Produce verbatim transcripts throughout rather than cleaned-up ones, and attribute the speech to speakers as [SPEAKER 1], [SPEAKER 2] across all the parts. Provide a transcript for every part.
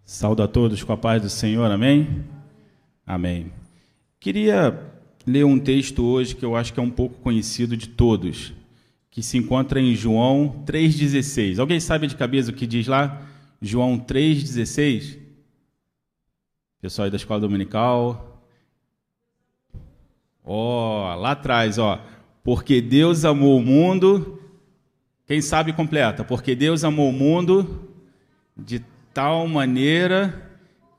[SPEAKER 1] Saúdo a todos com a paz do Senhor, amém? Amém. Queria ler um texto hoje que eu acho que é um pouco conhecido de todos, que se encontra em João três dezesseis. Alguém sabe de cabeça o que diz lá? João três dezesseis? Pessoal aí da escola dominical. Ó, lá atrás, ó. Porque Deus amou o mundo. Quem sabe completa. Porque Deus amou o mundo de tal maneira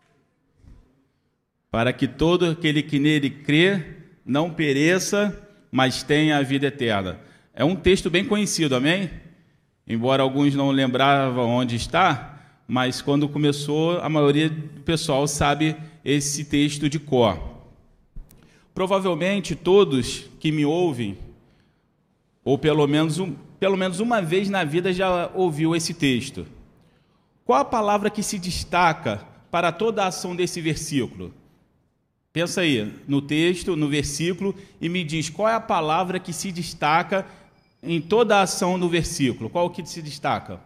[SPEAKER 1] para que todo aquele que nele crê não pereça, mas tenha a vida eterna. É um texto bem conhecido, amém? Embora alguns não lembravam onde está, mas quando começou, a maioria do pessoal sabe esse texto de cor. Provavelmente todos que me ouvem, ou pelo menos, um, pelo menos uma vez na vida já ouviu esse texto. Qual a palavra que se destaca para toda a ação desse versículo? Pensa aí, no texto, no versículo, e me diz qual é a palavra que se destaca em toda a ação do versículo. Qual que se destaca?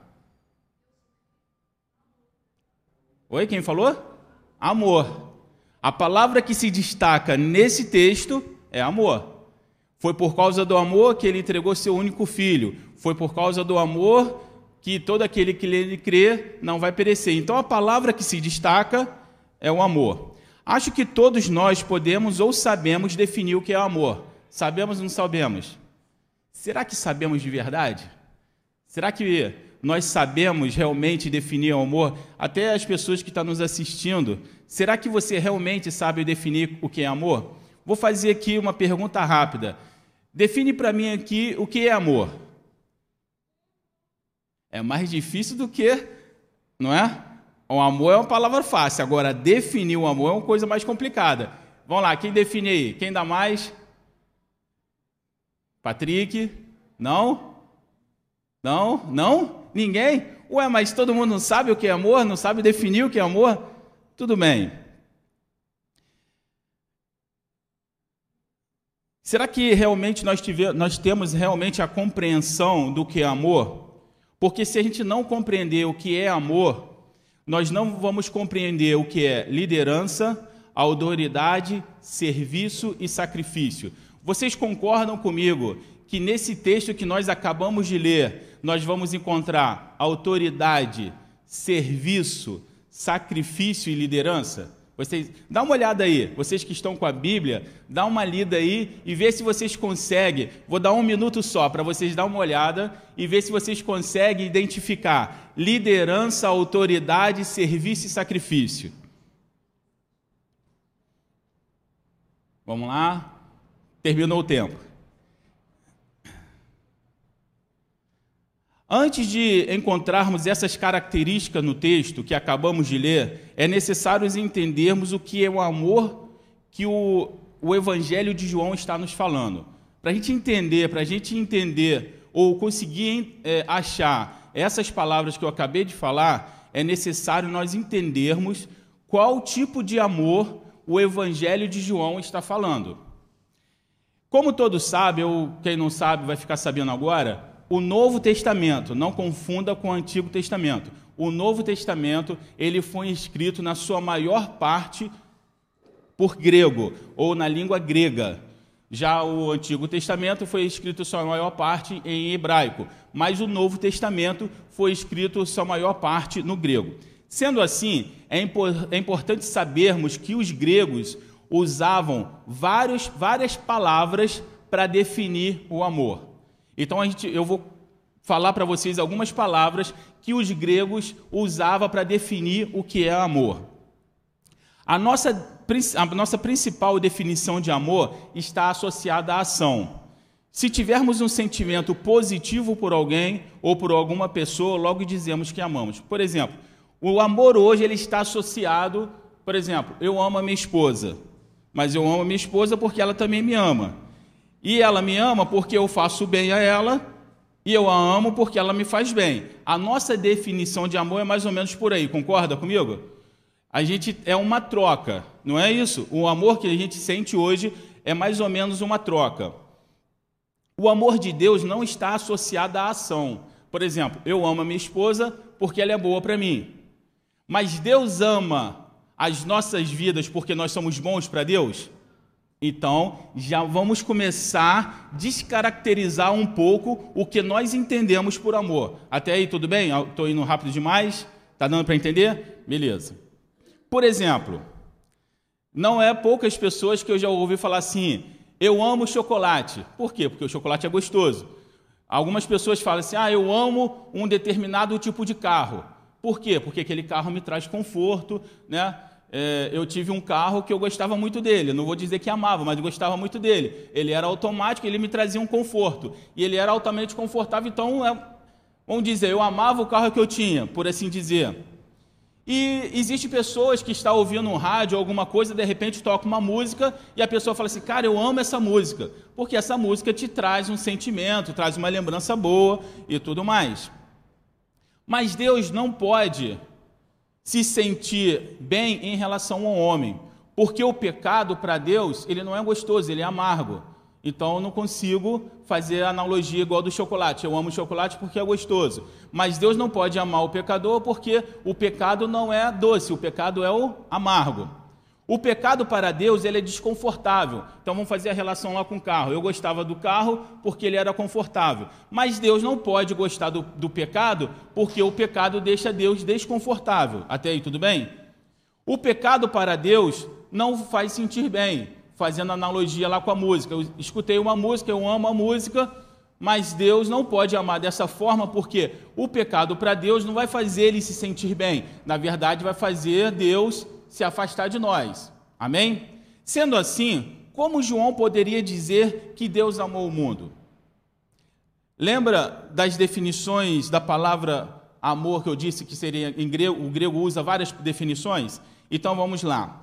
[SPEAKER 1] Oi, quem falou? Amor. A palavra que se destaca nesse texto é amor. Foi por causa do amor que ele entregou seu único filho. Foi por causa do amor que todo aquele que nele crê não vai perecer. Então a palavra que se destaca é o amor. Acho que todos nós podemos ou sabemos definir o que é amor. Sabemos ou não sabemos? Será que sabemos de verdade? Será que nós sabemos realmente definir o amor? Até as pessoas que estão nos assistindo, será que você realmente sabe definir o que é amor? Vou fazer aqui uma pergunta rápida. Define para mim aqui o que é amor. É mais difícil do que, não é? O amor é uma palavra fácil, agora definir o amor é uma coisa mais complicada. Vamos lá, quem define aí? Quem dá mais? Patrick? Não? Não? Não? Ninguém? Ué, mas todo mundo não sabe o que é amor? Não sabe definir o que é amor? Tudo bem. Será que realmente nós, tive, nós temos realmente a compreensão do que é amor? Porque se a gente não compreender o que é amor, nós não vamos compreender o que é liderança, autoridade, serviço e sacrifício. Vocês concordam comigo que nesse texto que nós acabamos de ler, nós vamos encontrar autoridade, serviço, sacrifício e liderança? Vocês, dá uma olhada aí, vocês que estão com a Bíblia, dá uma lida aí e vê se vocês conseguem. Vou dar um minuto só para vocês dar uma olhada e ver se vocês conseguem identificar liderança, autoridade, serviço e sacrifício. Vamos lá? Terminou o tempo. Antes de encontrarmos essas características no texto que acabamos de ler, é necessário entendermos o que é o amor que o, o Evangelho de João está nos falando. Para a gente entender, para a gente entender ou conseguir é, achar essas palavras que eu acabei de falar, é necessário nós entendermos qual tipo de amor o Evangelho de João está falando. Como todos sabem, ou quem não sabe vai ficar sabendo agora, o Novo Testamento, não confunda com o Antigo Testamento. O Novo Testamento, ele foi escrito na sua maior parte por grego, ou na língua grega. Já o Antigo Testamento foi escrito sua maior parte em hebraico, mas o Novo Testamento foi escrito sua maior parte no grego. Sendo assim, é, impor, é importante sabermos que os gregos usavam vários, várias palavras para definir o amor. Então a gente, eu vou falar para vocês algumas palavras que os gregos usavam para definir o que é amor. A nossa, a nossa principal definição de amor está associada à ação. Se tivermos um sentimento positivo por alguém ou por alguma pessoa, logo dizemos que amamos. Por exemplo, o amor hoje ele está associado, por exemplo, eu amo a minha esposa, mas eu amo a minha esposa porque ela também me ama. E ela me ama porque eu faço bem a ela, e eu a amo porque ela me faz bem. A nossa definição de amor é mais ou menos por aí, concorda comigo? A gente é uma troca, não é isso? O amor que a gente sente hoje é mais ou menos uma troca. O amor de Deus não está associado à ação. Por exemplo, eu amo a minha esposa porque ela é boa para mim. Mas Deus ama as nossas vidas porque nós somos bons para Deus? Então, já vamos começar a descaracterizar um pouco o que nós entendemos por amor. Até aí, tudo bem? Estou indo rápido demais? Está dando para entender? Beleza. Por exemplo, não é poucas pessoas que eu já ouvi falar assim, eu amo chocolate. Por quê? Porque o chocolate é gostoso. Algumas pessoas falam assim, ah, eu amo um determinado tipo de carro. Por quê? Porque aquele carro me traz conforto, né? É, eu tive um carro que eu gostava muito dele, não vou dizer que amava, mas eu gostava muito dele. Ele era automático, ele me trazia um conforto, e ele era altamente confortável, então, é, vamos dizer, eu amava o carro que eu tinha, por assim dizer. E existem pessoas que estão ouvindo um rádio ou alguma coisa, de repente toca uma música, e a pessoa fala assim, cara, eu amo essa música, porque essa música te traz um sentimento, traz uma lembrança boa e tudo mais. Mas Deus não pode se sentir bem em relação ao homem, porque o pecado para Deus, ele não é gostoso, ele é amargo. Então eu não consigo fazer a analogia igual do chocolate. Eu amo chocolate porque é gostoso, mas Deus não pode amar o pecador porque o pecado não é doce, o pecado é o amargo. O pecado para Deus, ele é desconfortável. Então vamos fazer a relação lá com o carro. Eu gostava do carro porque ele era confortável. Mas Deus não pode gostar do, do pecado porque o pecado deixa Deus desconfortável. Até aí, tudo bem? O pecado para Deus não faz sentir bem. Fazendo analogia lá com a música. Eu escutei uma música, eu amo a música, mas Deus não pode amar dessa forma porque o pecado para Deus não vai fazer ele se sentir bem. Na verdade, vai fazer Deus se afastar de nós. Amém? Sendo assim, como João poderia dizer que Deus amou o mundo? Lembra das definições da palavra amor que eu disse que seria em grego? O grego usa várias definições. Então vamos lá.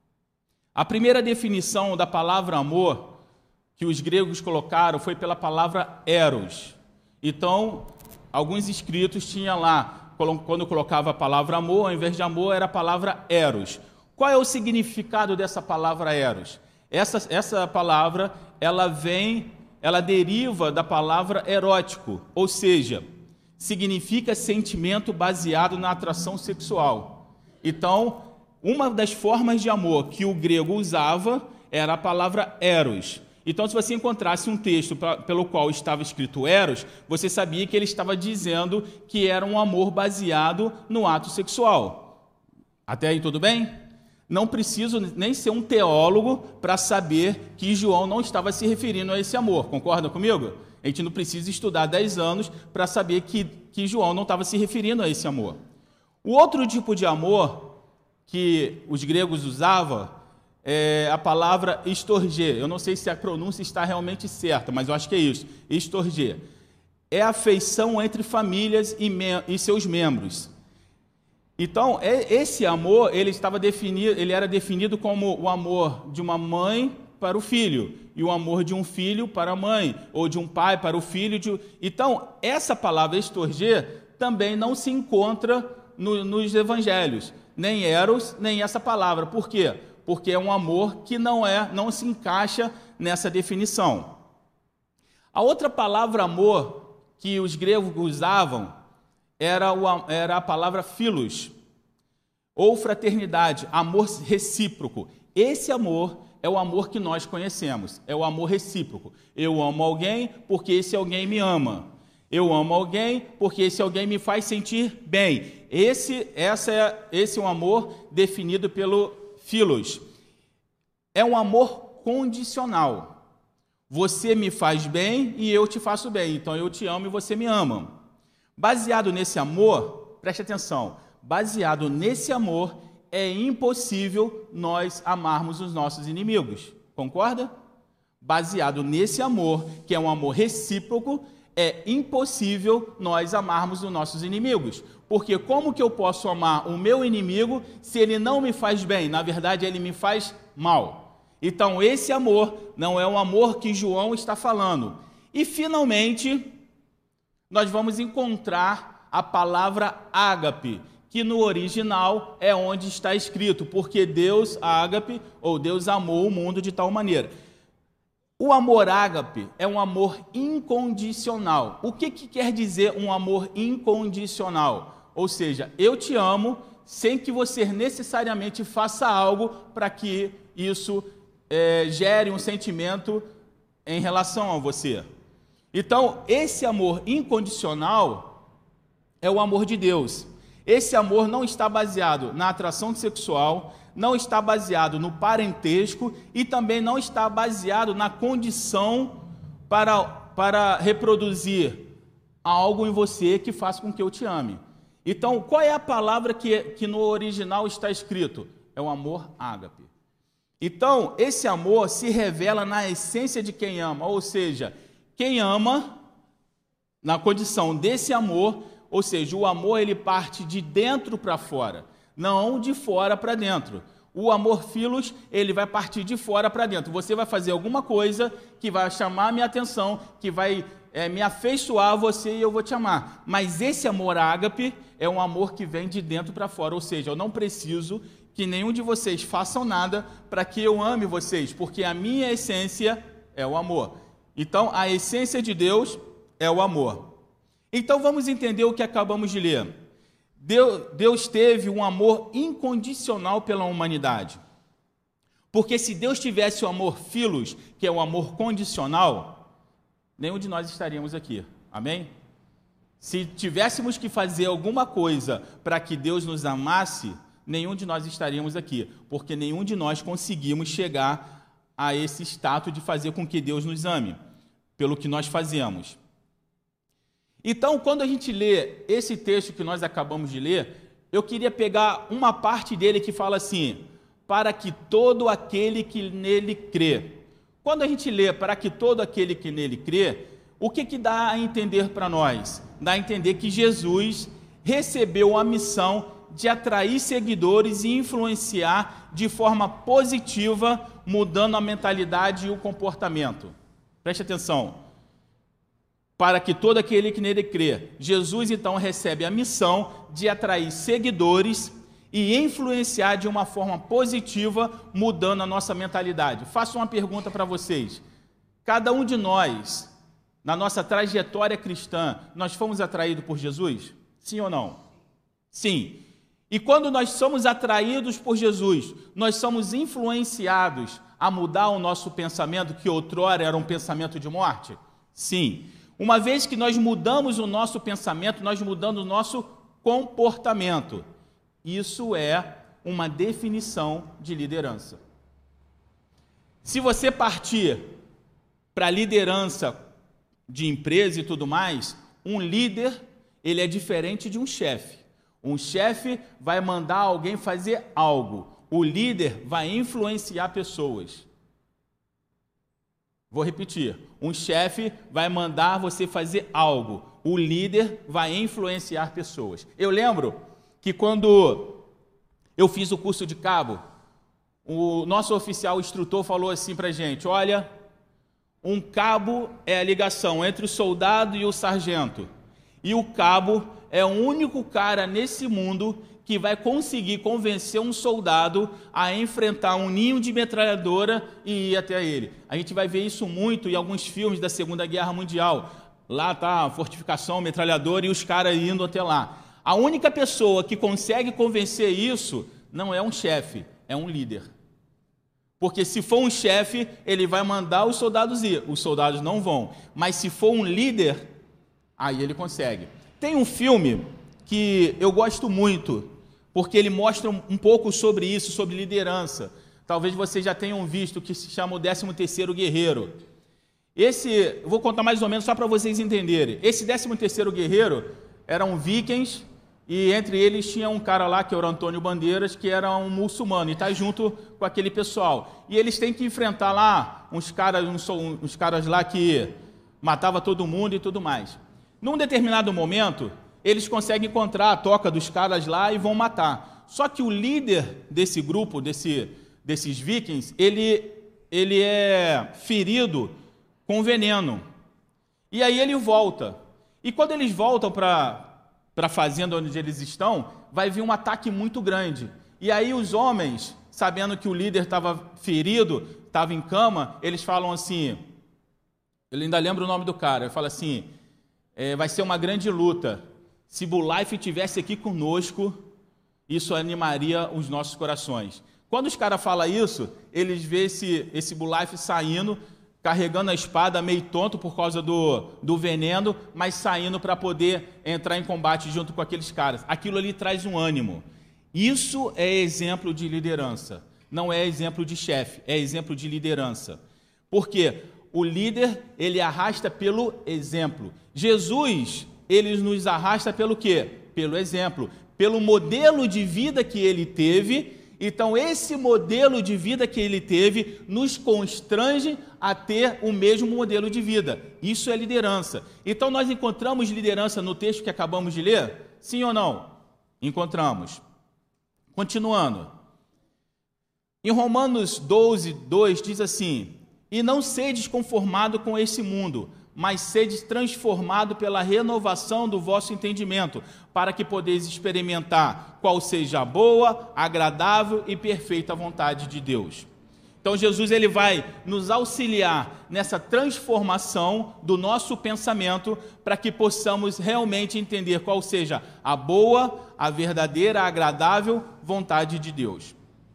[SPEAKER 1] A primeira definição da palavra amor que os gregos colocaram foi pela palavra eros. Então, alguns escritos tinham lá, quando colocava a palavra amor, ao invés de amor, era a palavra eros. Qual é o significado dessa palavra eros? Essa, essa palavra, ela vem, ela deriva da palavra erótico, ou seja, significa sentimento baseado na atração sexual. Então, uma das formas de amor que o grego usava era a palavra eros. Então, se você encontrasse um texto pra, pelo qual estava escrito eros, você sabia que ele estava dizendo que era um amor baseado no ato sexual. Até aí tudo bem? Não preciso nem ser um teólogo para saber que João não estava se referindo a esse amor. Concorda comigo? A gente não precisa estudar dez anos para saber que, que João não estava se referindo a esse amor. O outro tipo de amor que os gregos usavam é a palavra estorgê. Eu não sei se a pronúncia está realmente certa, mas eu acho que é isso. Estorgê. É a afeição entre famílias e, me- e seus membros. Então, esse amor, ele estava definido, ele era definido como o amor de uma mãe para o filho, e o amor de um filho para a mãe, ou de um pai para o filho. De... Então, essa palavra estorgê também não se encontra no, nos evangelhos, nem eros, nem essa palavra. Por quê? Porque é um amor que não, é, não se encaixa nessa definição. A outra palavra amor que os gregos usavam era, o, era a palavra philos, ou fraternidade, amor recíproco. Esse amor é o amor que nós conhecemos, é o amor recíproco. Eu amo alguém porque esse alguém me ama. Eu amo alguém porque esse alguém me faz sentir bem. Esse, essa é, esse é um amor definido pelo philos. É um amor condicional. Você me faz bem e eu te faço bem. Então eu te amo e você me ama. Baseado nesse amor, preste atenção, baseado nesse amor, é impossível nós amarmos os nossos inimigos. Concorda? Baseado nesse amor, que é um amor recíproco, é impossível nós amarmos os nossos inimigos. Porque como que eu posso amar o meu inimigo se ele não me faz bem? Na verdade, ele me faz mal. Então, esse amor não é o amor que João está falando. E, finalmente, nós vamos encontrar a palavra ágape, que no original é onde está escrito, porque Deus, ágape, ou Deus amou o mundo de tal maneira. O amor ágape é um amor incondicional. O que, que quer dizer um amor incondicional? Ou seja, eu te amo sem que você necessariamente faça algo para que isso é, gere um sentimento em relação a você. Então, esse amor incondicional é o amor de Deus. Esse amor não está baseado na atração sexual, não está baseado no parentesco e também não está baseado na condição para, para reproduzir algo em você que faça com que eu te ame. Então, qual é a palavra que, que no original está escrito? É o amor ágape. Então, esse amor se revela na essência de quem ama, ou seja, quem ama, na condição desse amor, ou seja, o amor ele parte de dentro para fora, não de fora para dentro. O amor filos, ele vai partir de fora para dentro. Você vai fazer alguma coisa que vai chamar a minha atenção, que vai é, me afeiçoar a você e eu vou te amar. Mas esse amor ágape é um amor que vem de dentro para fora, ou seja, eu não preciso que nenhum de vocês façam nada para que eu ame vocês, porque a minha essência é o amor. Então, a essência de Deus é o amor. Então, vamos entender o que acabamos de ler. Deus teve um amor incondicional pela humanidade. Porque se Deus tivesse o amor filos, que é o amor condicional, nenhum de nós estaríamos aqui. Amém? Se tivéssemos que fazer alguma coisa para que Deus nos amasse, nenhum de nós estaríamos aqui, porque nenhum de nós conseguimos chegar a esse status de fazer com que Deus nos ame, pelo que nós fazemos. Então, quando a gente lê esse texto que nós acabamos de ler, eu queria pegar uma parte dele que fala assim, para que todo aquele que nele crê. Quando a gente lê para que todo aquele que nele crê, o que, que dá a entender para nós? Dá a entender que Jesus recebeu a missão de atrair seguidores e influenciar de forma positiva, mudando a mentalidade e o comportamento. Preste atenção. Para que todo aquele que nele crê. Jesus, então, recebe a missão de atrair seguidores e influenciar de uma forma positiva, mudando a nossa mentalidade. Faço uma pergunta para vocês. Cada um de nós, na nossa trajetória cristã, nós fomos atraídos por Jesus? Sim ou não? Sim. E quando nós somos atraídos por Jesus, nós somos influenciados a mudar o nosso pensamento, que outrora era um pensamento de morte? Sim. Uma vez que nós mudamos o nosso pensamento, nós mudamos o nosso comportamento. Isso é uma definição de liderança. Se você partir para a liderança de empresa e tudo mais, um líder, ele é diferente de um chefe. Um chefe vai mandar alguém fazer algo. O líder vai influenciar pessoas. Vou repetir. Um chefe vai mandar você fazer algo. O líder vai influenciar pessoas. Eu lembro que quando eu fiz o curso de cabo, o nosso oficial o instrutor falou assim para a gente, olha, um cabo é a ligação entre o soldado e o sargento. E o cabo é o único cara nesse mundo que vai conseguir convencer um soldado a enfrentar um ninho de metralhadora e ir até ele. A gente vai ver isso muito em alguns filmes da Segunda Guerra Mundial. Lá está a fortificação, metralhadora e os caras indo até lá. A única pessoa que consegue convencer isso não é um chefe, é um líder. Porque se for um chefe, ele vai mandar os soldados ir. Os soldados não vão. Mas se for um líder, aí ele consegue. Tem um filme que eu gosto muito, porque ele mostra um pouco sobre isso, sobre liderança. Talvez vocês já tenham visto, que se chama o décimo terceiro Guerreiro. Esse, eu vou contar mais ou menos só para vocês entenderem. Esse décimo terceiro Guerreiro eram vikings, e entre eles tinha um cara lá, que era o Antônio Bandeiras, que era um muçulmano, e está junto com aquele pessoal. E eles têm que enfrentar lá uns caras, uns, uns caras lá que matavam todo mundo e tudo mais. Num determinado momento, eles conseguem encontrar a toca dos caras lá e vão matar. Só que o líder desse grupo, desse, desses vikings, ele, ele é ferido com veneno. E aí ele volta. E quando eles voltam para a fazenda onde eles estão, vai vir um ataque muito grande. E aí os homens, sabendo que o líder estava ferido, estava em cama, eles falam assim, eu ainda lembro o nome do cara, ele fala assim, é, vai ser uma grande luta. Se Bulife estivesse aqui conosco, isso animaria os nossos corações. Quando os caras falam isso, eles veem esse, esse Goliath saindo, carregando a espada, meio tonto por causa do, do veneno, mas saindo para poder entrar em combate junto com aqueles caras. Aquilo ali traz um ânimo. Isso é exemplo de liderança. Não é exemplo de chefe, é exemplo de liderança. Por quê? O líder, ele arrasta pelo exemplo. Jesus, ele nos arrasta pelo quê? Pelo exemplo, pelo modelo de vida que ele teve. Então, esse modelo de vida que ele teve nos constrange a ter o mesmo modelo de vida. Isso é liderança. Então, nós encontramos liderança no texto que acabamos de ler? Sim ou não? Encontramos. Continuando. Em Romanos doze, dois, diz assim: e não sedes conformado com esse mundo, mas sedes transformado pela renovação do vosso entendimento, para que podeis experimentar qual seja a boa, agradável e perfeita vontade de Deus. Então Jesus ele vai nos auxiliar nessa transformação do nosso pensamento, para que possamos realmente entender qual seja a boa, a verdadeira, a agradável vontade de Deus.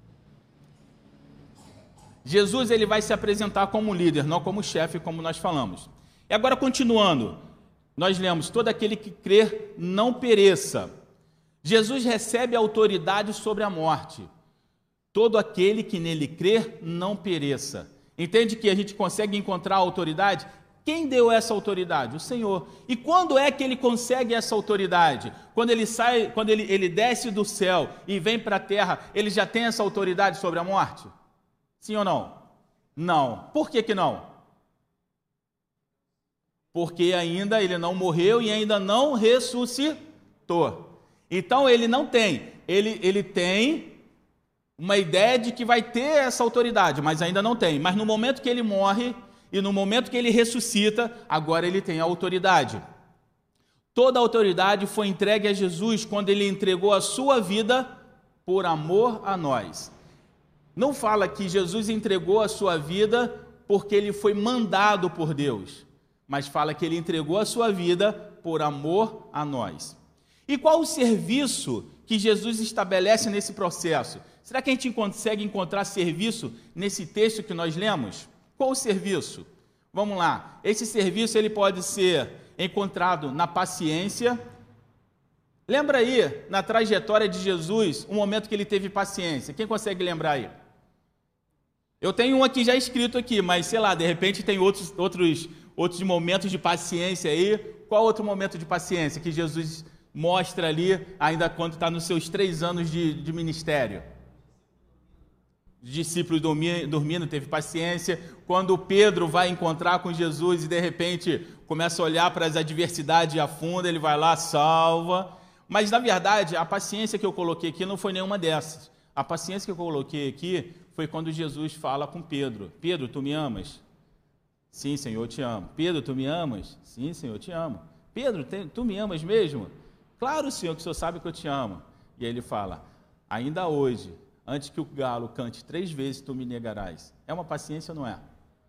[SPEAKER 1] Jesus ele vai se apresentar como líder, não como chefe, como nós falamos. E agora, continuando, nós lemos: todo aquele que crer não pereça. Jesus recebe autoridade sobre a morte. Todo aquele que nele crer não pereça. Entende que a gente consegue encontrar a autoridade? Quem deu essa autoridade? O Senhor. E quando é que ele consegue essa autoridade? Quando ele sai, quando ele, ele desce do céu e vem para a terra, ele já tem essa autoridade sobre a morte? Sim ou não? Não. Por que que não? Porque ainda ele não morreu e ainda não ressuscitou. Então ele não tem. Ele, ele tem uma ideia de que vai ter essa autoridade, mas ainda não tem. Mas no momento que ele morre e no momento que ele ressuscita, agora ele tem a autoridade. Toda a autoridade foi entregue a Jesus quando ele entregou a sua vida por amor a nós. Não fala que Jesus entregou a sua vida porque ele foi mandado por Deus, mas fala que ele entregou a sua vida por amor a nós. E qual o serviço que Jesus estabelece nesse processo? Será que a gente consegue encontrar serviço nesse texto que nós lemos? Qual o serviço? Vamos lá. Esse serviço ele pode ser encontrado na paciência. Lembra aí, na trajetória de Jesus, um momento que ele teve paciência. Quem consegue lembrar aí? Eu tenho um aqui já escrito aqui, mas sei lá, de repente tem outros, outros, outros momentos de paciência aí. Qual outro momento de paciência que Jesus mostra ali, ainda quando está nos seus três anos de, de ministério? Os discípulos dormindo, dormindo, teve paciência. Quando Pedro vai encontrar com Jesus e de repente começa a olhar para as adversidades a fundo, ele vai lá, salva. Mas na verdade, a paciência que eu coloquei aqui não foi nenhuma dessas. A paciência que eu coloquei aqui foi quando Jesus fala com Pedro: Pedro, tu me amas? Sim, Senhor, eu te amo. Pedro, tu me amas? Sim, Senhor, eu te amo. Pedro, tu me amas mesmo? Claro, Senhor, que o Senhor sabe que eu te amo. E aí ele fala: ainda hoje, antes que o galo cante três vezes, tu me negarás. É uma paciência ou não é?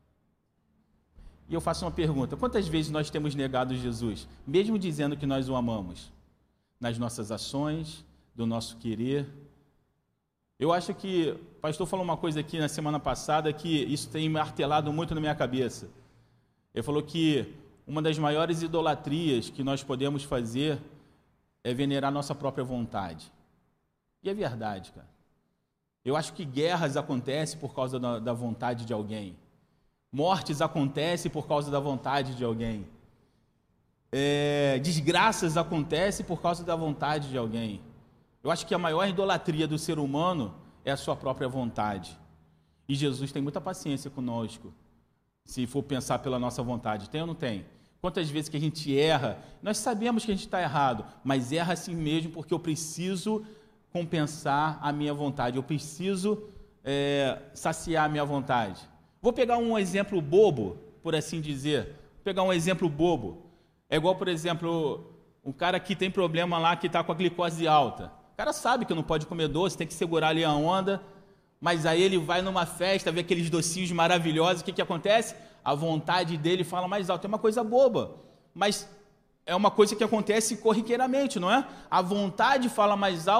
[SPEAKER 1] E eu faço uma pergunta: quantas vezes nós temos negado Jesus, mesmo dizendo que nós o amamos? Nas nossas ações, do nosso querer. Eu acho que o pastor falou uma coisa aqui na semana passada que isso tem martelado muito na minha cabeça. Ele falou que uma das maiores idolatrias que nós podemos fazer é venerar nossa própria vontade. E é verdade, cara. Eu acho que guerras acontecem por causa da, da vontade de alguém. Mortes acontecem por causa da vontade de alguém. É, desgraças acontecem por causa da vontade de alguém. Eu acho que a maior idolatria do ser humano é a sua própria vontade. E Jesus tem muita paciência conosco, se for pensar pela nossa vontade. Tem ou não tem? Quantas vezes que a gente erra, nós sabemos que a gente está errado, mas erra assim mesmo porque eu preciso compensar a minha vontade, eu preciso é, saciar a minha vontade. Vou pegar um exemplo bobo, por assim dizer. Vou pegar um exemplo bobo. É igual, por exemplo, um cara que tem problema lá, que está com a glicose alta. O cara sabe que não pode comer doce, tem que segurar ali a onda, mas aí ele vai numa festa, vê aqueles docinhos maravilhosos, o que, que acontece? A vontade dele fala mais alto. É uma coisa boba, mas é uma coisa que acontece corriqueiramente, não é? A vontade fala mais alto,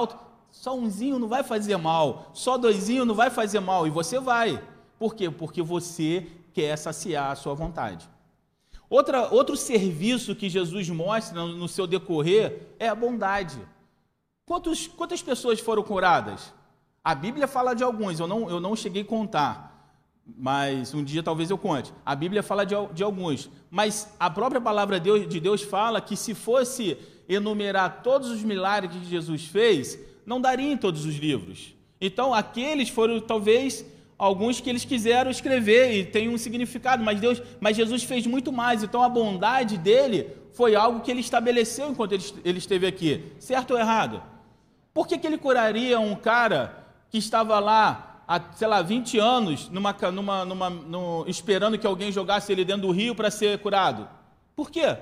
[SPEAKER 1] só umzinho não vai fazer mal, só doisinho não vai fazer mal, e você vai. Por quê? Porque você quer saciar a sua vontade. Outra, outro serviço que Jesus mostra no, no seu decorrer é a bondade. Quantos, quantas pessoas foram curadas? A Bíblia fala de alguns, eu não, eu não cheguei a contar, mas um dia talvez eu conte. A Bíblia fala de, de alguns, mas a própria palavra de Deus, de Deus fala que se fosse enumerar todos os milagres que Jesus fez, não daria em todos os livros. Então, aqueles foram talvez alguns que eles quiseram escrever e tem um significado, mas Deus, mas Jesus fez muito mais. Então, a bondade dele foi algo que ele estabeleceu enquanto ele, ele esteve aqui. Certo ou errado? Por que que ele curaria um cara que estava lá há, sei lá, vinte anos, numa, numa, numa, no, esperando que alguém jogasse ele dentro do rio para ser curado? Por quê?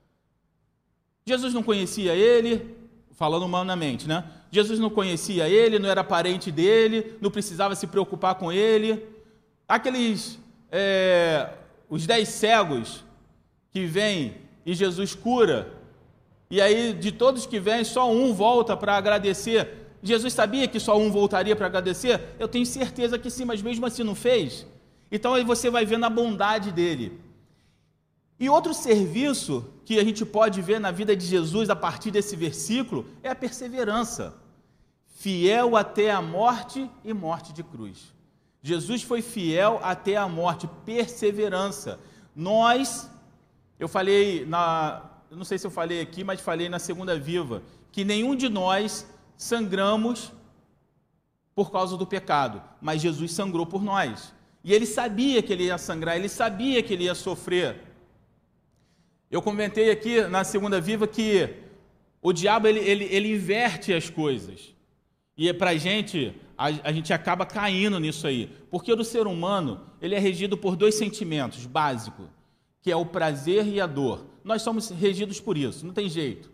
[SPEAKER 1] Jesus não conhecia ele, falando humanamente, né? Jesus não conhecia ele, não era parente dele, não precisava se preocupar com ele. Aqueles, é, os dez cegos que vêm e Jesus cura, e aí de todos que vêm, só um volta para agradecer. Jesus sabia que só um voltaria para agradecer? Eu tenho certeza que sim, mas mesmo assim não fez. Então aí você vai vendo a bondade dele. E outro serviço que a gente pode ver na vida de Jesus a partir desse versículo é a perseverança. Fiel até a morte e morte de cruz. Jesus foi fiel até a morte, perseverança. Nós, eu falei, na, eu não sei se eu falei aqui, mas falei na Segunda Viva, que nenhum de nós sangramos por causa do pecado, mas Jesus sangrou por nós. E ele sabia que ele ia sangrar, ele sabia que ele ia sofrer. Eu comentei aqui na Segunda Viva que o diabo ele, ele, ele inverte as coisas. E para a gente, a gente acaba caindo nisso aí. Porque o ser humano ele é regido por dois sentimentos básicos, que é o prazer e a dor. Nós somos regidos por isso, não tem jeito.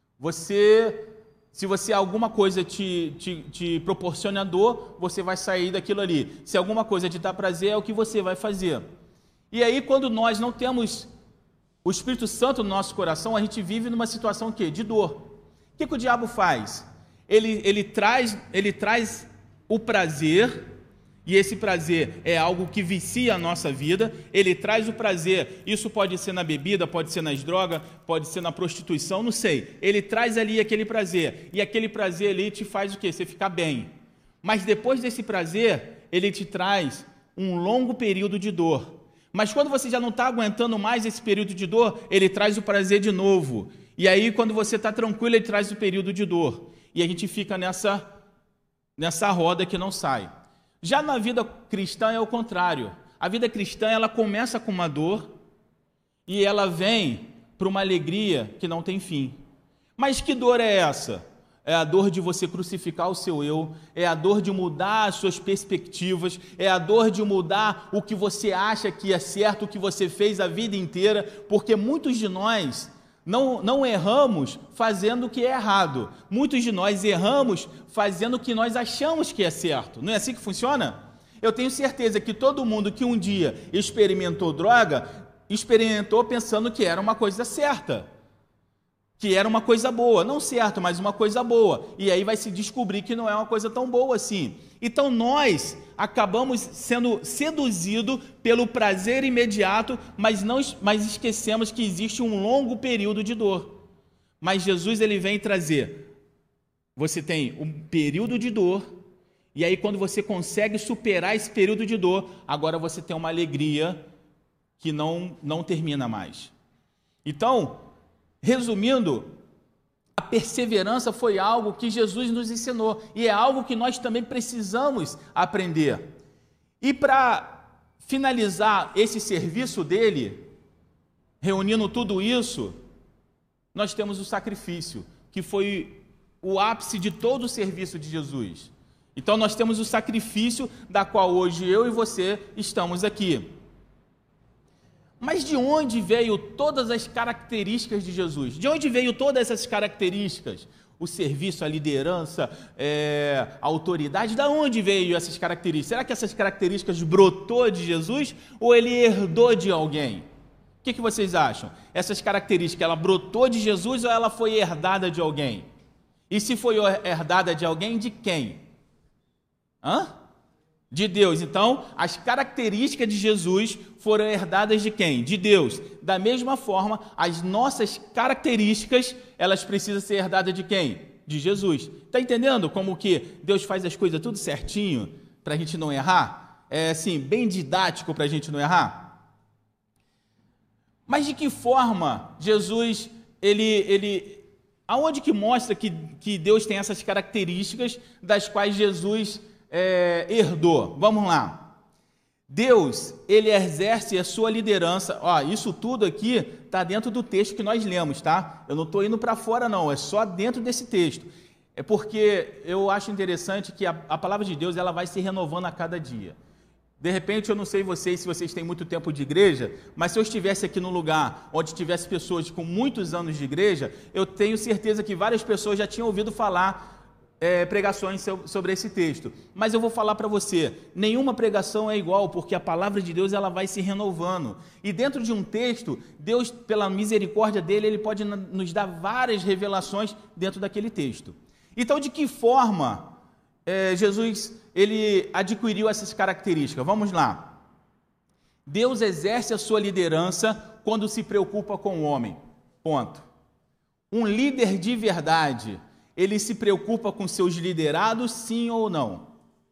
[SPEAKER 1] Você, se você alguma coisa te, te, te proporciona dor, você vai sair daquilo ali. Se alguma coisa te dá prazer, é o que você vai fazer. E aí, quando nós não temos o Espírito Santo no nosso coração, a gente vive numa situação o quê? De dor. O que, que o diabo faz? Ele, ele, traz, ele traz o prazer, e esse prazer é algo que vicia a nossa vida. Ele traz o prazer, isso pode ser na bebida, pode ser nas drogas, pode ser na prostituição, não sei. Ele traz ali aquele prazer, e aquele prazer ali te faz o quê? Você ficar bem. Mas depois desse prazer, ele te traz um longo período de dor. Mas quando você já não está aguentando mais esse período de dor, ele traz o prazer de novo. E aí, quando você está tranquilo, ele traz o período de dor. E a gente fica nessa, nessa roda que não sai. Já na vida cristã é o contrário. A vida cristã, ela começa com uma dor e ela vem para uma alegria que não tem fim. Mas que dor é essa? É a dor de você crucificar o seu eu, é a dor de mudar as suas perspectivas, é a dor de mudar o que você acha que é certo, o que você fez a vida inteira, porque muitos de nós não, não erramos fazendo o que é errado, muitos de nós erramos fazendo o que nós achamos que é certo. Não é assim que funciona? Eu tenho certeza que todo mundo que um dia experimentou droga, experimentou pensando que era uma coisa certa, que era uma coisa boa, não certo, mas uma coisa boa, e aí vai se descobrir que não é uma coisa tão boa assim. Então nós acabamos sendo seduzidos pelo prazer imediato, mas, não, mas esquecemos que existe um longo período de dor. Mas Jesus ele vem trazer, você tem um período de dor, e aí quando você consegue superar esse período de dor, agora você tem uma alegria que não, não termina mais. Então, resumindo, a perseverança foi algo que Jesus nos ensinou e é algo que nós também precisamos aprender. E para finalizar esse serviço dele, reunindo tudo isso, nós temos o sacrifício, que foi o ápice de todo o serviço de Jesus. Então nós temos o sacrifício da qual hoje eu e você estamos aqui. Mas de onde veio todas as características de Jesus? De onde veio todas essas características? O serviço, a liderança, é, a autoridade, de onde veio essas características? Será que essas características brotou de Jesus ou ele herdou de alguém? O que, que vocês acham? Essas características, ela brotou de Jesus ou ela foi herdada de alguém? E se foi herdada de alguém, de quem? Hã? De Deus. Então, as características de Jesus foram herdadas de quem? De Deus. Da mesma forma, as nossas características, elas precisam ser herdadas de quem? De Jesus. Está entendendo como que Deus faz as coisas tudo certinho para a gente não errar? É assim, bem didático para a gente não errar? Mas de que forma Jesus, ele... ele aonde que mostra que, que Deus tem essas características das quais Jesus é, herdou? Vamos lá. Deus, ele exerce a sua liderança. Ó, isso tudo aqui está dentro do texto que nós lemos, tá? Eu não estou indo para fora, não. É só dentro desse texto. É porque eu acho interessante que a, a palavra de Deus ela vai se renovando a cada dia. De repente, eu não sei vocês se vocês têm muito tempo de igreja, mas se eu estivesse aqui num lugar onde tivesse pessoas com muitos anos de igreja, eu tenho certeza que várias pessoas já tinham ouvido falar é, pregações sobre esse texto. Mas eu vou falar para você, nenhuma pregação é igual, porque a palavra de Deus ela vai se renovando. E dentro de um texto, Deus, pela misericórdia dele, ele pode nos dar várias revelações dentro daquele texto. Então, de que forma é, Jesus ele adquiriu essas características? Vamos lá. Deus exerce a sua liderança quando se preocupa com o homem. Ponto. Um líder de verdade, ele se preocupa com seus liderados, sim ou não?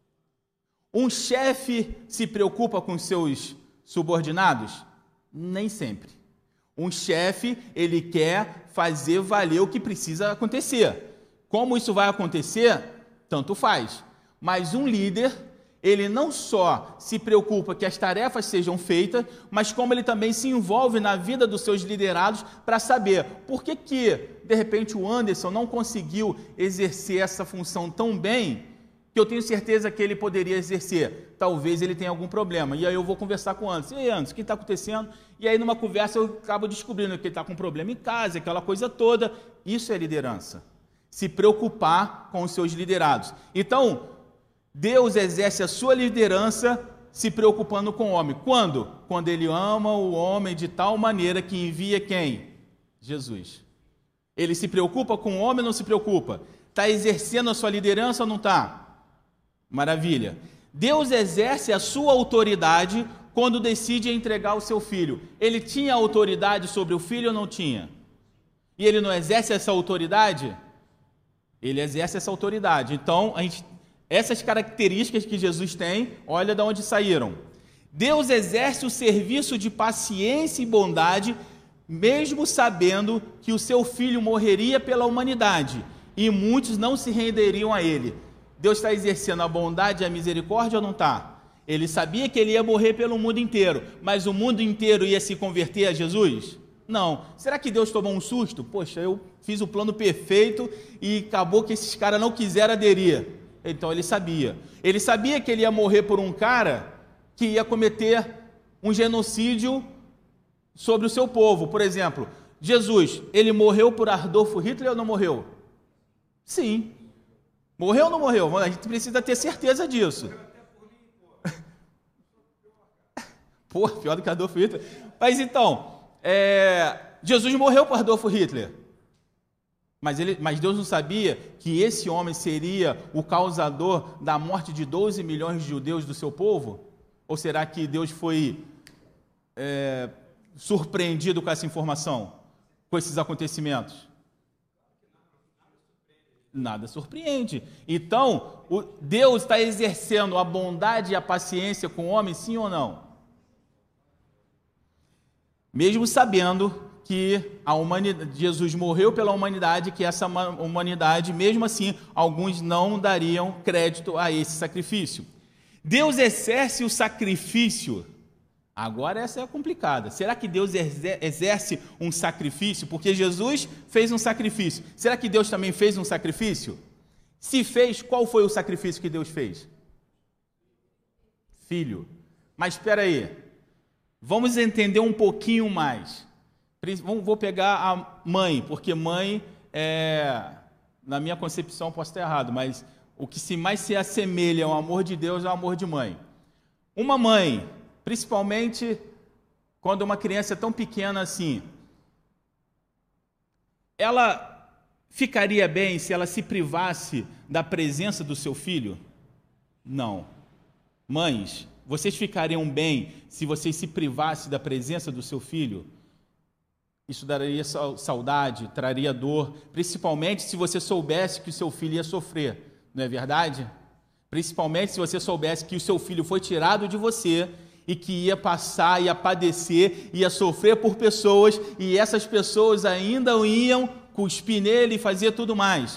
[SPEAKER 1] Um chefe se preocupa com seus subordinados? Nem sempre. Um chefe, ele quer fazer valer o que precisa acontecer. Como isso vai acontecer? Tanto faz. Mas um líder, ele não só se preocupa que as tarefas sejam feitas, mas como ele também se envolve na vida dos seus liderados para saber por que que, de repente, o Anderson não conseguiu exercer essa função tão bem que eu tenho certeza que ele poderia exercer. Talvez ele tenha algum problema. E aí eu vou conversar com o Anderson. E aí, Anderson, o que está acontecendo? E aí, numa conversa, eu acabo descobrindo que ele está com problema em casa, aquela coisa toda. Isso é liderança. Se preocupar com os seus liderados. Então, Deus exerce a sua liderança se preocupando com o homem. Quando? Quando ele ama o homem de tal maneira que envia quem? Jesus. Ele se preocupa com o homem ou não se preocupa? Está exercendo a sua liderança ou não está? Maravilha. Deus exerce a sua autoridade quando decide entregar o seu filho. Ele tinha autoridade sobre o filho ou não tinha? E ele não exerce essa autoridade? Ele exerce essa autoridade. Então, a gente, essas características que Jesus tem, olha de onde saíram. Deus exerce o serviço de paciência e bondade, mesmo sabendo que o seu filho morreria pela humanidade, e muitos não se renderiam a ele. Deus está exercendo a bondade e a misericórdia ou não está? Ele sabia que ele ia morrer pelo mundo inteiro, mas o mundo inteiro ia se converter a Jesus? Não. Será que Deus tomou um susto? Poxa, eu fiz o plano perfeito e acabou que esses caras não quiseram aderir. Então ele sabia. Ele sabia que ele ia morrer por um cara que ia cometer um genocídio sobre o seu povo. Por exemplo, Jesus, ele morreu por Adolfo Hitler ou não morreu? Sim. Morreu ou não morreu? A gente precisa ter certeza disso. Pô, pior do que Adolfo Hitler. Mas então, é, Jesus morreu por Adolfo Hitler. Mas, ele, mas Deus não sabia que esse homem seria o causador da morte de doze milhões de judeus do seu povo? Ou será que Deus foi é, surpreendido com essa informação, com esses acontecimentos? Nada surpreende. Então, o Deus está exercendo a bondade e a paciência com o homem, sim ou não? Mesmo sabendo que a humanidade, Jesus morreu pela humanidade, que essa humanidade, mesmo assim, alguns não dariam crédito a esse sacrifício. Deus exerce o sacrifício. Agora essa é complicada. Será que Deus exerce um sacrifício? Porque Jesus fez um sacrifício. Será que Deus também fez um sacrifício? Se fez, qual foi o sacrifício que Deus fez? Filho. Mas espera aí. Vamos entender um pouquinho mais. Vou pegar a mãe, porque mãe, é, na minha concepção, posso estar errado, mas o que se mais se assemelha ao amor de Deus é o amor de mãe. Uma mãe, principalmente quando uma criança é tão pequena assim, ela ficaria bem se ela se privasse da presença do seu filho? Não. Mães, vocês ficariam bem se vocês se privassem da presença do seu filho? Isso daria saudade, traria dor, principalmente se você soubesse que o seu filho ia sofrer, não é verdade? Principalmente se você soubesse que o seu filho foi tirado de você e que ia passar, ia padecer, ia sofrer por pessoas, e essas pessoas ainda iam cuspir nele e fazer tudo mais.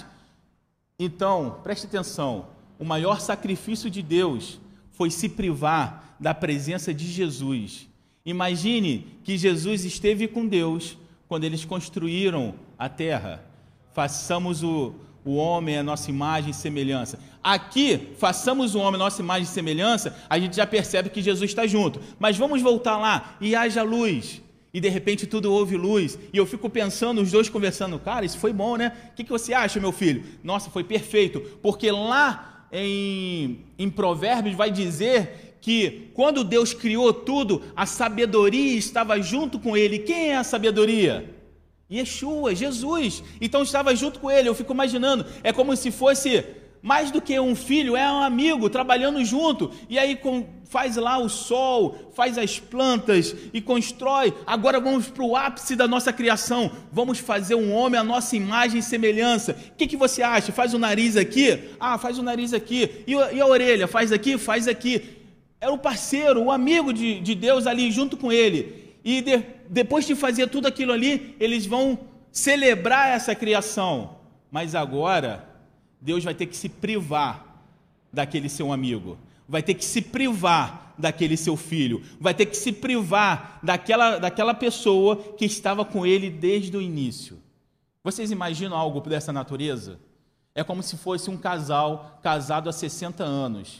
[SPEAKER 1] Então, preste atenção, o maior sacrifício de Deus foi se privar da presença de Jesus. Imagine que Jesus esteve com Deus quando eles construíram a terra. Façamos o, o homem a nossa imagem e semelhança. Aqui, façamos o homem a nossa imagem e semelhança, a gente já percebe que Jesus está junto. Mas vamos voltar lá, e haja luz. E de repente tudo houve luz. E eu fico pensando, os dois conversando, cara, isso foi bom, né? O que, que você acha, meu filho? Nossa, foi perfeito. Porque lá em, em Provérbios vai dizer que quando Deus criou tudo, a sabedoria estava junto com ele. Quem é a sabedoria? Yeshua, Jesus. Então estava junto com ele. Eu fico imaginando, é como se fosse mais do que um filho, é um amigo trabalhando junto. E aí faz lá o sol, faz as plantas e constrói. Agora vamos para o ápice da nossa criação. Vamos fazer um homem à nossa imagem e semelhança. O que, que você acha? Faz o nariz aqui? Ah, faz o nariz aqui. E a, e a orelha? Faz aqui? Faz aqui. Era o parceiro, o amigo de, de Deus ali junto com ele. E de, depois de fazer tudo aquilo ali, eles vão celebrar essa criação. Mas agora, Deus vai ter que se privar daquele seu amigo. Vai ter que se privar daquele seu filho. Vai ter que se privar daquela, daquela pessoa que estava com ele desde o início. Vocês imaginam algo dessa natureza? É como se fosse um casal casado há sessenta anos.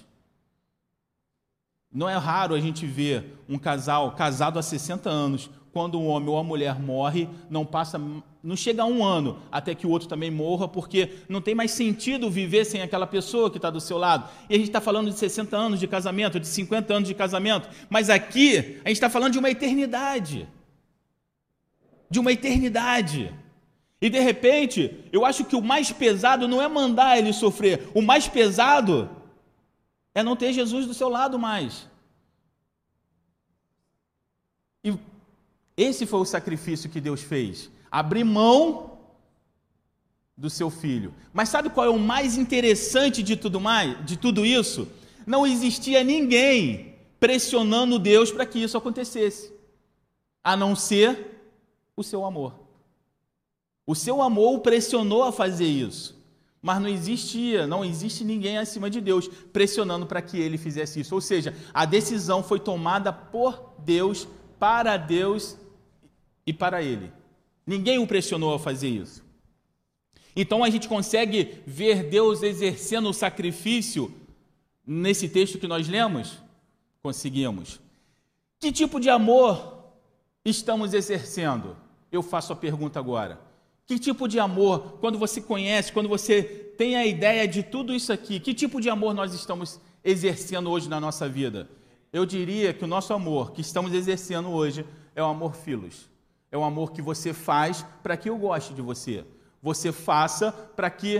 [SPEAKER 1] Não é raro a gente ver um casal casado há sessenta anos, quando um homem ou a mulher morre, não passa, não chega a um ano até que o outro também morra, porque não tem mais sentido viver sem aquela pessoa que está do seu lado. E a gente está falando de sessenta anos de casamento, de cinquenta anos de casamento, mas aqui a gente está falando de uma eternidade. De uma eternidade. E de repente, eu acho que o mais pesado não é mandar ele sofrer, o mais pesado é não ter Jesus do seu lado mais. E esse foi o sacrifício que Deus fez. Abrir mão do seu filho. Mas sabe qual é o mais interessante de tudo mais, de tudo isso? Não existia ninguém pressionando Deus para que isso acontecesse, a não ser o seu amor. O seu amor o pressionou a fazer isso. Mas não existia, não existe ninguém acima de Deus pressionando para que ele fizesse isso. Ou seja, a decisão foi tomada por Deus, para Deus e para ele. Ninguém o pressionou a fazer isso. Então a gente consegue ver Deus exercendo o sacrifício nesse texto que nós lemos? Conseguimos. Que tipo de amor estamos exercendo? Eu faço a pergunta agora. Que tipo de amor, quando você conhece, quando você tem a ideia de tudo isso aqui, que tipo de amor nós estamos exercendo hoje na nossa vida? Eu diria que o nosso amor que estamos exercendo hoje é o amor filos. É o amor que você faz para que eu goste de você. Você faça para que...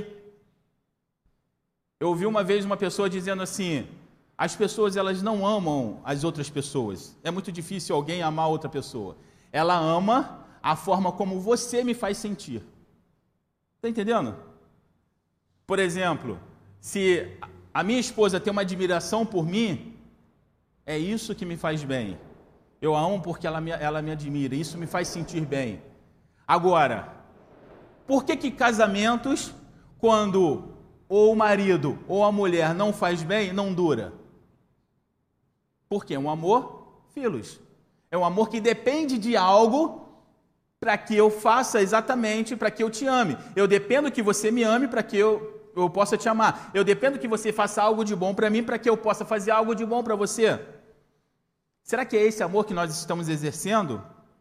[SPEAKER 1] Eu ouvi uma vez uma pessoa dizendo assim, as pessoas elas não amam as outras pessoas. É muito difícil alguém amar outra pessoa. Ela ama a forma como você me faz sentir. Está entendendo? Por exemplo, se a minha esposa tem uma admiração por mim, é isso que me faz bem. Eu a amo porque ela me, ela me admira, isso me faz sentir bem. Agora, por que que casamentos, quando ou o marido ou a mulher não faz bem, não dura? Porque é um amor filos. É um amor que depende de algo para que eu faça exatamente, para que eu te ame. Eu dependo que você me ame para que eu, eu possa te amar. Eu dependo que você faça algo de bom para mim para que eu possa fazer algo de bom para você. Será que é esse amor que nós estamos exercendo?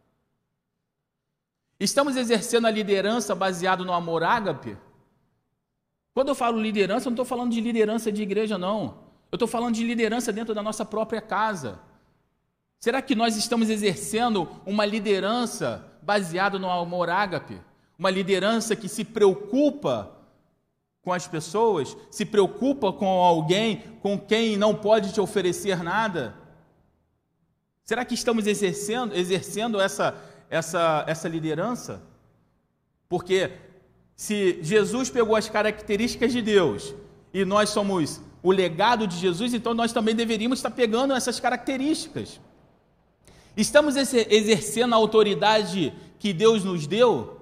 [SPEAKER 1] Estamos exercendo a liderança baseado no amor ágape? Quando eu falo liderança, eu não estou falando de liderança de igreja, não. Eu estou falando de liderança dentro da nossa própria casa. Será que nós estamos exercendo uma liderança baseada no amor ágape? Uma liderança que se preocupa com as pessoas, se preocupa com alguém com quem não pode te oferecer nada? Será que estamos exercendo, exercendo essa, essa, essa liderança? Porque se Jesus pegou as características de Deus e nós somos o legado de Jesus, então nós também deveríamos estar pegando essas características. Estamos exercendo a autoridade que Deus nos deu?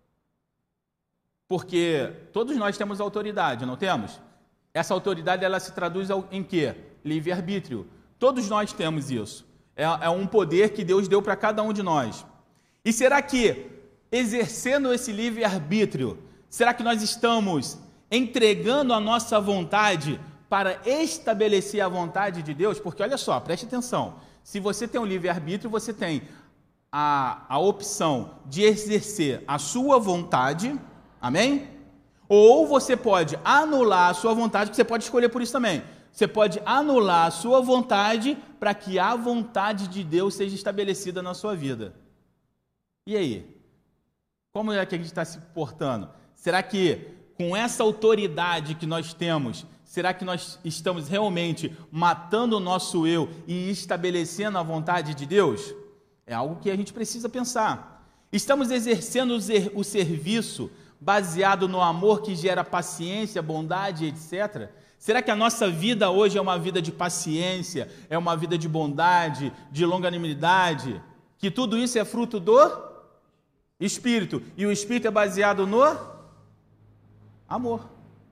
[SPEAKER 1] Porque todos nós temos autoridade, não temos? Essa autoridade, ela se traduz em quê? Livre-arbítrio. Todos nós temos isso. É, é um poder que Deus deu para cada um de nós. E será que, exercendo esse livre-arbítrio, será que nós estamos entregando a nossa vontade para estabelecer a vontade de Deus? Porque olha só, preste atenção. Se você tem um livre-arbítrio, você tem a, a opção de exercer a sua vontade, amém? Ou você pode anular a sua vontade, que você pode escolher por isso também. Você pode anular a sua vontade para que a vontade de Deus seja estabelecida na sua vida. E aí? Como é que a gente está se portando? Será que com essa autoridade que nós temos, será que nós estamos realmente matando o nosso eu e estabelecendo a vontade de Deus? É algo que a gente precisa pensar. Estamos exercendo o serviço baseado no amor que gera paciência, bondade, etcétera? Será que a nossa vida hoje é uma vida de paciência, é uma vida de bondade, de longanimidade? Que tudo isso é fruto do Espírito. E o Espírito é baseado no amor.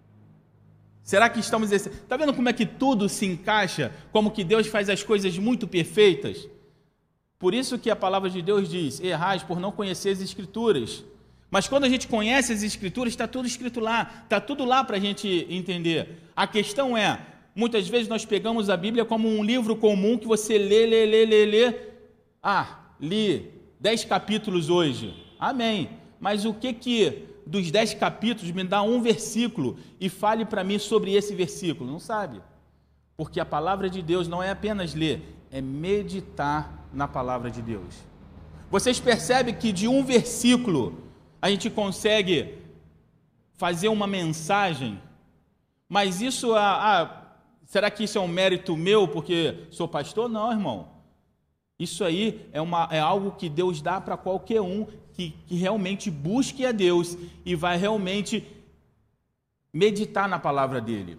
[SPEAKER 1] Será que estamos... Está vendo como é que tudo se encaixa? Como que Deus faz as coisas muito perfeitas? Por isso que a palavra de Deus diz: errais por não conhecer as Escrituras. Mas quando a gente conhece as Escrituras, está tudo escrito lá, está tudo lá para a gente entender. A questão é, muitas vezes nós pegamos a Bíblia como um livro comum que você lê, lê, lê, lê, lê. Ah, li dez capítulos hoje. Amém. Mas o que que dos dez capítulos me dá um versículo e fale para mim sobre esse versículo? Não sabe. Porque a palavra de Deus não é apenas ler, é meditar na palavra de Deus. Vocês percebem que de um versículo a gente consegue fazer uma mensagem, mas isso, ah, ah, será que isso é um mérito meu porque sou pastor? Não, irmão. Isso aí é, uma, é algo que Deus dá para qualquer um que, que realmente busque a Deus e vai realmente meditar na palavra dele.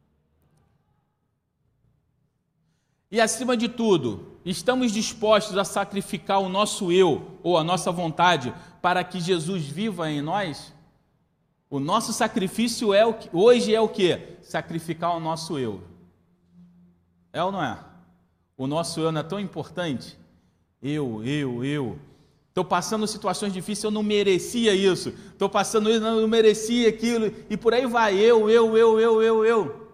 [SPEAKER 1] E acima de tudo, estamos dispostos a sacrificar o nosso eu ou a nossa vontade para que Jesus viva em nós? O nosso sacrifício é o que, hoje é o quê? Sacrificar o nosso eu. É ou não é? O nosso eu não é tão importante? Eu, eu, eu. Estou passando situações difíceis, eu não merecia isso. Estou passando isso, eu não merecia aquilo. E por aí vai, eu, eu, eu, eu, eu, eu.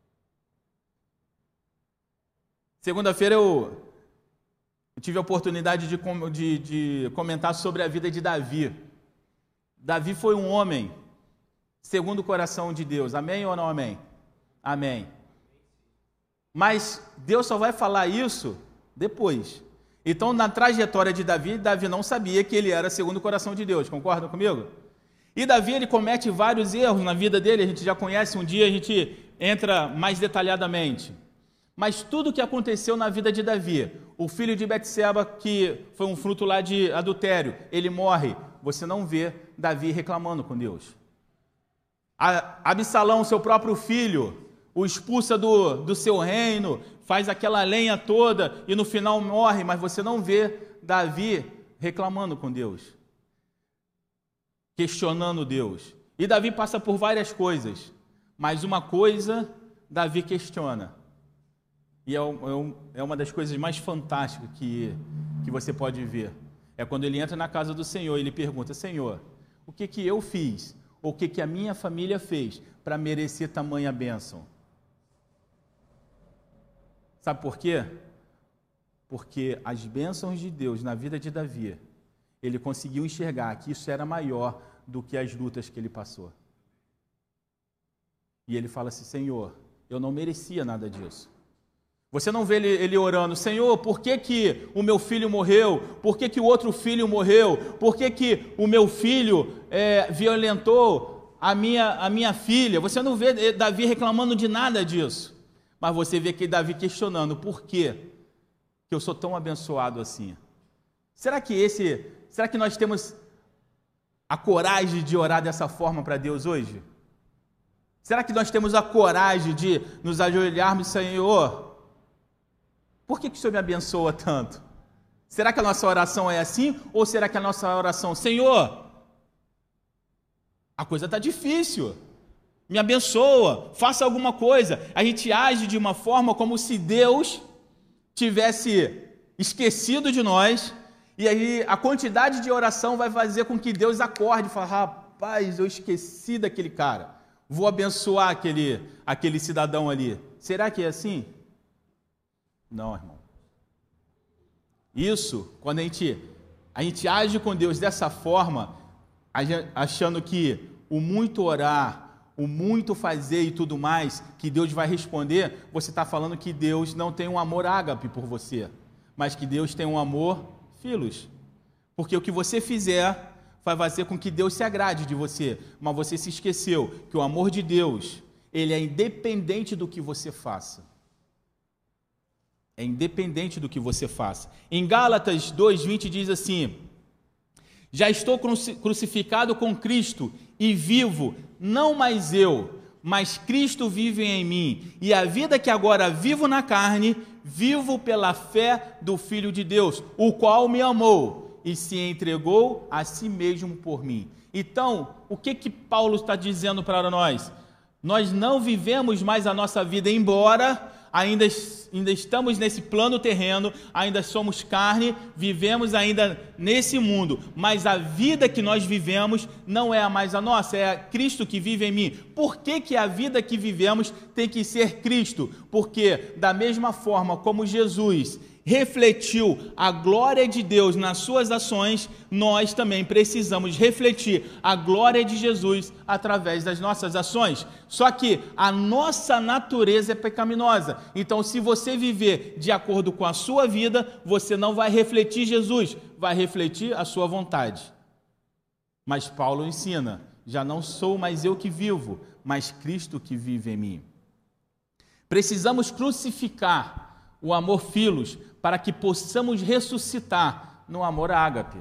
[SPEAKER 1] Segunda-feira eu, eu tive a oportunidade de, de, de comentar sobre a vida de Davi. Davi foi um homem segundo o coração de Deus. Amém ou não amém? Amém. Mas Deus só vai falar isso depois. Então, na trajetória de Davi, Davi não sabia que ele era segundo o coração de Deus. Concordam comigo? E Davi, ele comete vários erros na vida dele. A gente já conhece, um dia a gente entra mais detalhadamente. Mas tudo o que aconteceu na vida de Davi, o filho de Betseba, que foi um fruto lá de adultério, ele morre. Você não vê Davi reclamando com Deus. Absalão, seu próprio filho, o expulsa do, do seu reino, faz aquela lenha toda e no final morre, mas você não vê Davi reclamando com Deus, questionando Deus. E Davi passa por várias coisas, mas uma coisa Davi questiona. E é, um, é uma das coisas mais fantásticas que, que você pode ver. É quando ele entra na casa do Senhor e ele pergunta: Senhor, o que, que eu fiz? Ou o que, que a minha família fez para merecer tamanha bênção? Sabe por quê? Porque as bênçãos de Deus na vida de Davi, ele conseguiu enxergar que isso era maior do que as lutas que ele passou. E ele fala assim: Senhor, eu não merecia nada disso. Você não vê ele, ele orando, Senhor, por que que o meu filho morreu? Por que que o outro filho morreu? Por que que o meu filho é, violentou a minha, a minha filha? Você não vê Davi reclamando de nada disso. Mas você vê que Davi questionando, por quê que eu sou tão abençoado assim? Será que esse, será que nós temos a coragem de orar dessa forma para Deus hoje? Será que nós temos a coragem de nos ajoelharmos, Senhor, por que que o Senhor me abençoa tanto? Será que a nossa oração é assim? Ou será que a nossa oração, Senhor, a coisa está difícil, me abençoa, faça alguma coisa. A gente age de uma forma como se Deus tivesse esquecido de nós, e aí a quantidade de oração vai fazer com que Deus acorde e fale, rapaz, eu esqueci daquele cara, vou abençoar aquele, aquele cidadão ali. Será que é assim? Não, irmão. Isso, quando a gente, a gente age com Deus dessa forma, achando que o muito orar, o muito fazer e tudo mais, que Deus vai responder, você está falando que Deus não tem um amor ágape por você, mas que Deus tem um amor filos. Porque o que você fizer vai fazer com que Deus se agrade de você, mas você se esqueceu que o amor de Deus, ele é independente do que você faça. É independente do que você faça. Em Gálatas dois, vinte diz assim, já estou crucificado com Cristo e vivo, não mais eu, mas Cristo vive em mim. E a vida que agora vivo na carne, vivo pela fé do Filho de Deus, o qual me amou e se entregou a si mesmo por mim. Então, o que que Paulo está dizendo para nós? Nós não vivemos mais a nossa vida, embora ainda, ainda estamos nesse plano terreno, ainda somos carne, vivemos ainda nesse mundo, mas a vida que nós vivemos não é a mais a nossa, é Cristo que vive em mim. Por que que a vida que vivemos tem que ser Cristo? Porque da mesma forma como Jesus refletiu a glória de Deus nas suas ações, nós também precisamos refletir a glória de Jesus através das nossas ações. Só que a nossa natureza é pecaminosa. Então, se você viver de acordo com a sua vida, você não vai refletir Jesus, vai refletir a sua vontade. Mas Paulo ensina, já não sou mais eu que vivo, mas Cristo que vive em mim. Precisamos crucificar o amor filos, para que possamos ressuscitar no amor ágape.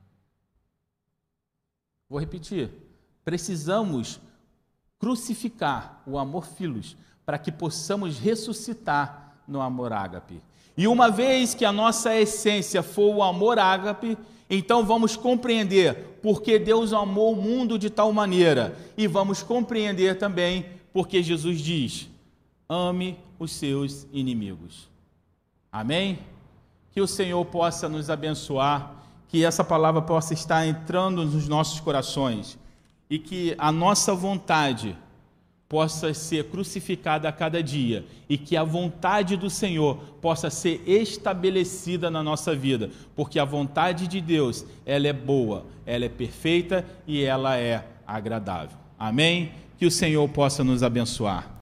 [SPEAKER 1] Vou repetir. Precisamos crucificar o amor filos, para que possamos ressuscitar no amor ágape. E uma vez que a nossa essência for o amor ágape, então vamos compreender porque Deus amou o mundo de tal maneira, e vamos compreender também porque Jesus diz, ame os seus inimigos. Amém? Que o Senhor possa nos abençoar, que essa palavra possa estar entrando nos nossos corações e que a nossa vontade possa ser crucificada a cada dia e que a vontade do Senhor possa ser estabelecida na nossa vida, porque a vontade de Deus, ela é boa, ela é perfeita e ela é agradável. Amém? Que o Senhor possa nos abençoar.